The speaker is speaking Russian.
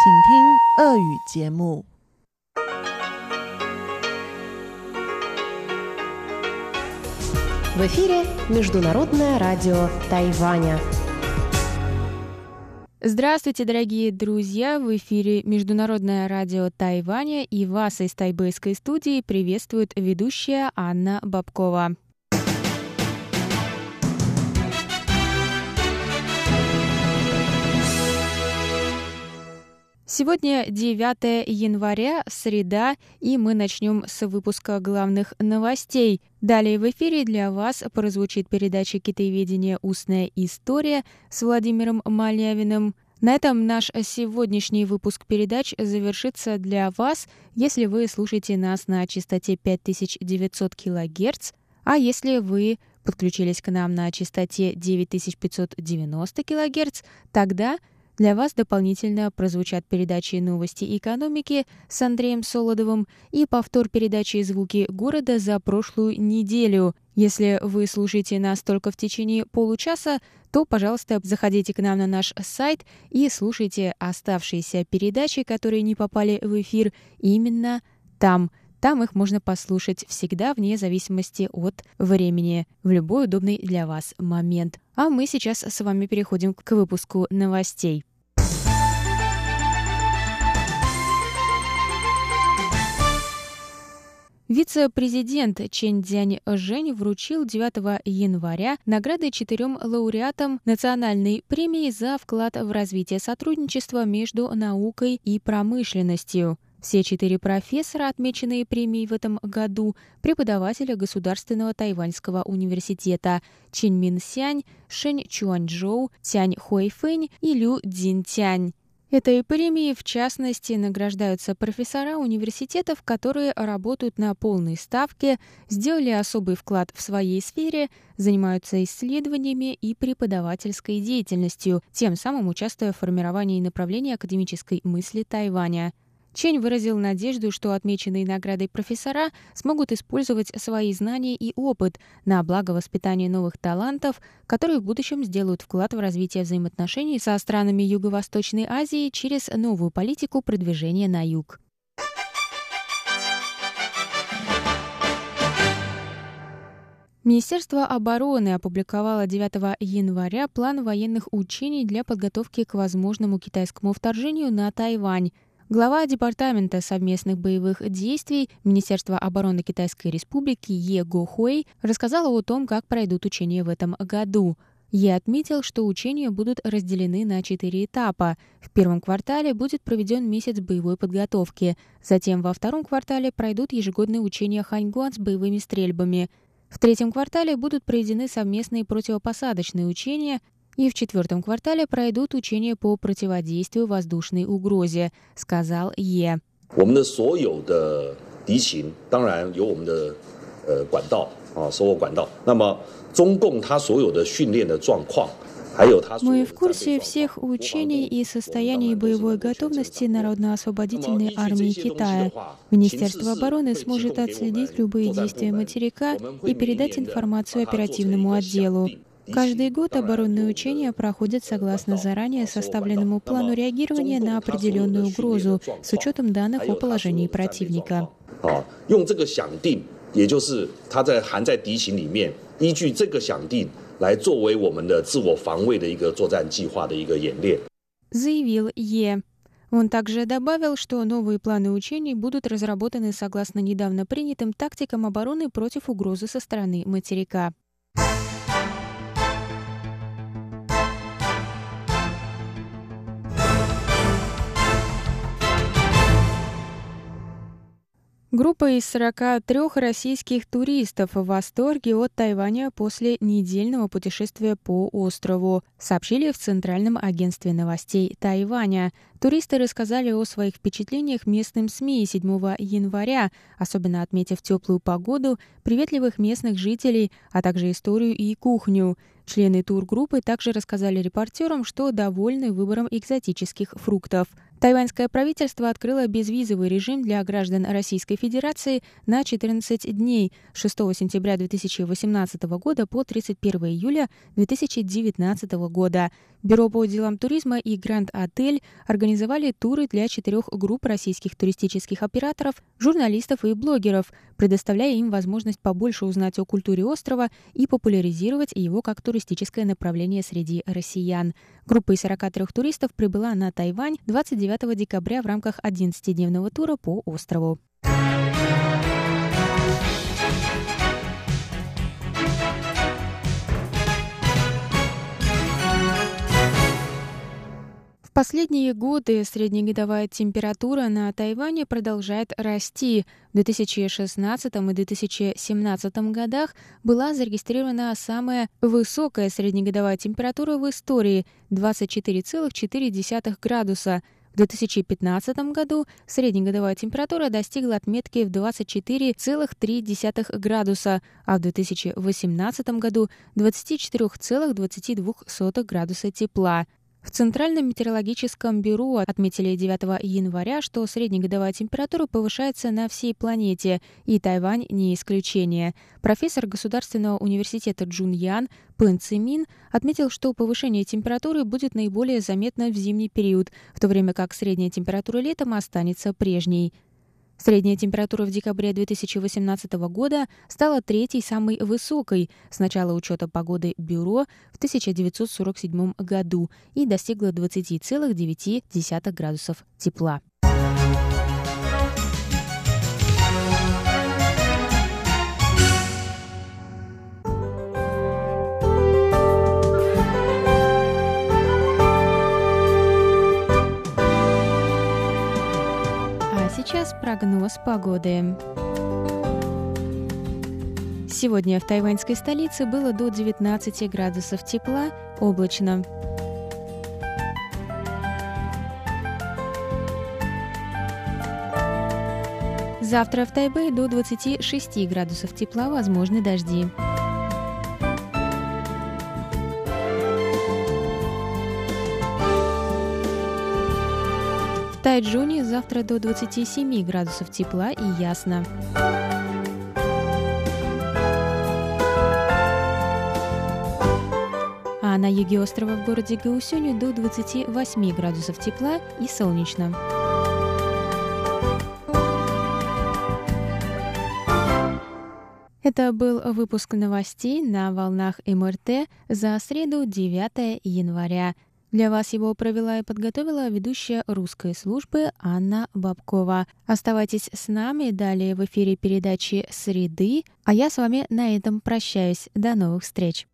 请听俄语节目。 В эфире Международное радио Тайваня. Здравствуйте, дорогие друзья! В эфире Международное радио Тайваня, и вас из тайбэйской студии приветствует ведущая Анна Бабкова. Сегодня 9 января, среда, и мы начнем с выпуска главных новостей. Далее в эфире для вас прозвучит передача «Китаеведение. Устная история» с Владимиром Малявиным. На этом наш сегодняшний выпуск передач завершится для вас, если вы слушаете нас на частоте 5900 кГц, а если вы подключились к нам на частоте 9590 кГц, тогда для вас дополнительно прозвучат передачи «Новости экономики» с Андреем Солодовым и повтор передачи «Звуки города» за прошлую неделю. Если вы слушаете нас только в течение получаса, то, пожалуйста, заходите к нам на наш сайт и слушайте оставшиеся передачи, которые не попали в эфир, именно там. Там их можно послушать всегда вне зависимости от времени, в любой удобный для вас момент. А мы сейчас с вами переходим к выпуску новостей. Вице-президент Чен Цзяньжэнь вручил 9 января награды 4 лауреатам национальной премии за вклад в развитие сотрудничества между наукой и промышленностью. Все 4 профессора, отмеченные премией в этом году, преподаватели Государственного тайваньского университета Чин Мин Сянь, Шэнь Чуанчжоу, Цянь Хуэйфэнь и Лю Цзиньтянь. Этой премией, в частности, награждаются профессора университетов, которые работают на полной ставке, сделали особый вклад в своей сфере, занимаются исследованиями и преподавательской деятельностью, тем самым участвуя в формировании направления академической мысли Тайваня. Чень выразил надежду, что отмеченные наградой профессора смогут использовать свои знания и опыт на благо воспитания новых талантов, которые в будущем сделают вклад в развитие взаимоотношений со странами Юго-Восточной Азии через новую политику продвижения на юг. Министерство обороны опубликовало 9 января план военных учений для подготовки к возможному китайскому вторжению на Тайвань. Глава Департамента совместных боевых действий Министерства обороны Китайской Республики Е Гохуэй рассказала о том, как пройдут учения в этом году. Е отметил, что учения будут разделены на 4 этапа. В первом квартале будет проведен месяц боевой подготовки. Затем во втором квартале пройдут ежегодные учения Ханьгуан с боевыми стрельбами. В третьем квартале будут проведены совместные противопосадочные учения, и в четвертом квартале пройдут учения по противодействию воздушной угрозе, сказал Е. Мы в курсе всех учений и состояний боевой готовности Народно-освободительной армии Китая. Министерство обороны сможет отследить любые действия материка и передать информацию оперативному отделу. Каждый год оборонные учения проходят согласно заранее составленному плану реагирования на определенную угрозу с учетом данных о положении противника. Заявил Е. Он также добавил, что новые планы учений будут разработаны согласно недавно принятым тактикам обороны против угрозы со стороны материка. Группа из 43 российских туристов в восторге от Тайваня после недельного путешествия по острову, сообщили в Центральном агентстве новостей Тайваня. Туристы рассказали о своих впечатлениях местным СМИ 7 января, особенно отметив теплую погоду, приветливых местных жителей, а также историю и кухню. Члены тургруппы также рассказали репортерам, что довольны выбором экзотических фруктов. Тайваньское правительство открыло безвизовый режим для граждан Российской Федерации на 14 дней с 6 сентября 2018 года по 31 июля 2019 года. Бюро по делам туризма и Гранд Отель организовали туры для 4 групп российских туристических операторов, журналистов и блогеров, предоставляя им возможность побольше узнать о культуре острова и популяризировать его как туристическое направление среди россиян. Группа из 43 туристов прибыла на Тайвань 29 декабря в рамках 11-дневного тура по острову. В последние годы среднегодовая температура на Тайване продолжает расти. В 2016 и 2017 годах была зарегистрирована самая высокая среднегодовая температура в истории – 24,4 градуса. В 2015 году среднегодовая температура достигла отметки в 24,3 градуса, а в 2018 году – 24,22 градуса тепла. В Центральном метеорологическом бюро отметили 9 января, что среднегодовая температура повышается на всей планете, и Тайвань не исключение. Профессор Государственного университета Джуньян Пэн Цимин отметил, что повышение температуры будет наиболее заметно в зимний период, в то время как средняя температура летом останется прежней. Средняя температура в декабре 2018 года стала третьей самой высокой с начала учета погоды Бюро в 1947 году и достигла 20,9 градусов тепла. Сейчас прогноз погоды. Сегодня в тайваньской столице было до 19 градусов тепла, облачно. Завтра в Тайбэе до 26 градусов тепла, возможны дожди. В Тайчжуне завтра до 27 градусов тепла и ясно. А на юге острова в городе Гаусюню до 28 градусов тепла и солнечно. Это был выпуск новостей на волнах МРТ за среду 9 января. Для вас его провела и подготовила ведущая русской службы Анна Бабкова. Оставайтесь с нами, далее в эфире передачи «Среды», а я с вами на этом прощаюсь. До новых встреч!